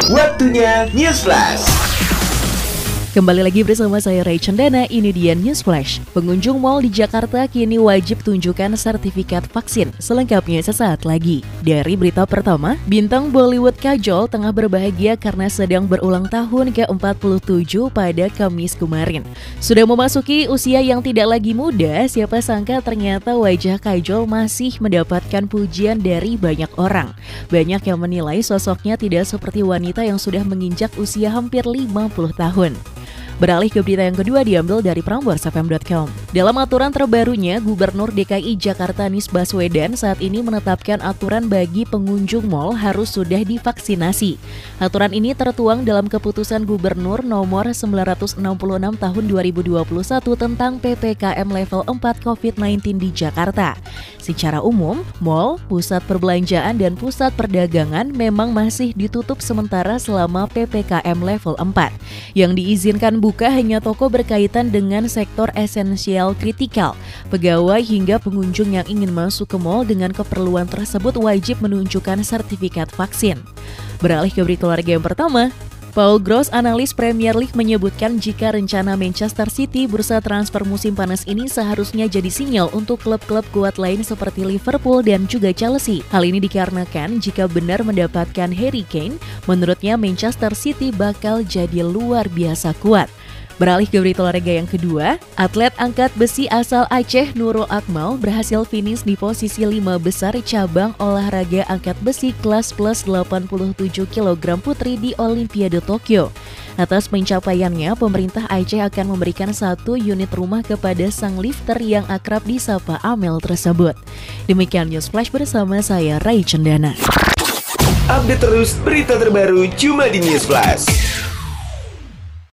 Waktunya News Flash. Kembali lagi bersama saya Ray Cendana, ini dia News Flash. Pengunjung mal di Jakarta kini wajib tunjukkan sertifikat vaksin. Selengkapnya sesaat lagi. Dari berita pertama, bintang Bollywood Kajol tengah berbahagia karena sedang berulang tahun ke-47 pada Kamis kemarin. Sudah memasuki usia yang tidak lagi muda, siapa sangka ternyata wajah Kajol masih mendapatkan pujian dari banyak orang. Banyak yang menilai sosoknya tidak seperti wanita yang sudah menginjak usia hampir 50 tahun. Beralih ke berita yang kedua diambil dari prambors.fm.com. Dalam aturan terbarunya, Gubernur DKI Jakarta Anies Baswedan saat ini menetapkan aturan bagi pengunjung mal harus sudah divaksinasi. Aturan ini tertuang dalam keputusan Gubernur nomor 966 tahun 2021 tentang PPKM level 4 COVID-19 di Jakarta. Secara umum, mal, pusat perbelanjaan dan pusat perdagangan memang masih ditutup sementara selama PPKM level 4. Yang diizinkan buka hanya toko berkaitan dengan sektor esensial kritikal. Pegawai hingga pengunjung yang ingin masuk ke mal dengan keperluan tersebut wajib menunjukkan sertifikat vaksin. Beralih ke berita olahraga yang pertama, Paul Gross, analis Premier League, menyebutkan jika rencana Manchester City bursa transfer musim panas ini seharusnya jadi sinyal untuk klub-klub kuat lain seperti Liverpool dan juga Chelsea. Hal ini dikarenakan jika benar mendapatkan Harry Kane, menurutnya Manchester City bakal jadi luar biasa kuat. Beralih ke berita olahraga yang kedua, atlet angkat besi asal Aceh Nurul Akmal berhasil finish di posisi 5 besar cabang olahraga angkat besi kelas plus 87 kg putri di Olimpiade Tokyo. Atas pencapaiannya, pemerintah Aceh akan memberikan 1 unit rumah kepada sang lifter yang akrab disapa Amel tersebut. Demikian News Flash bersama saya Ray Cendana. Update terus berita terbaru cuma di News Flash.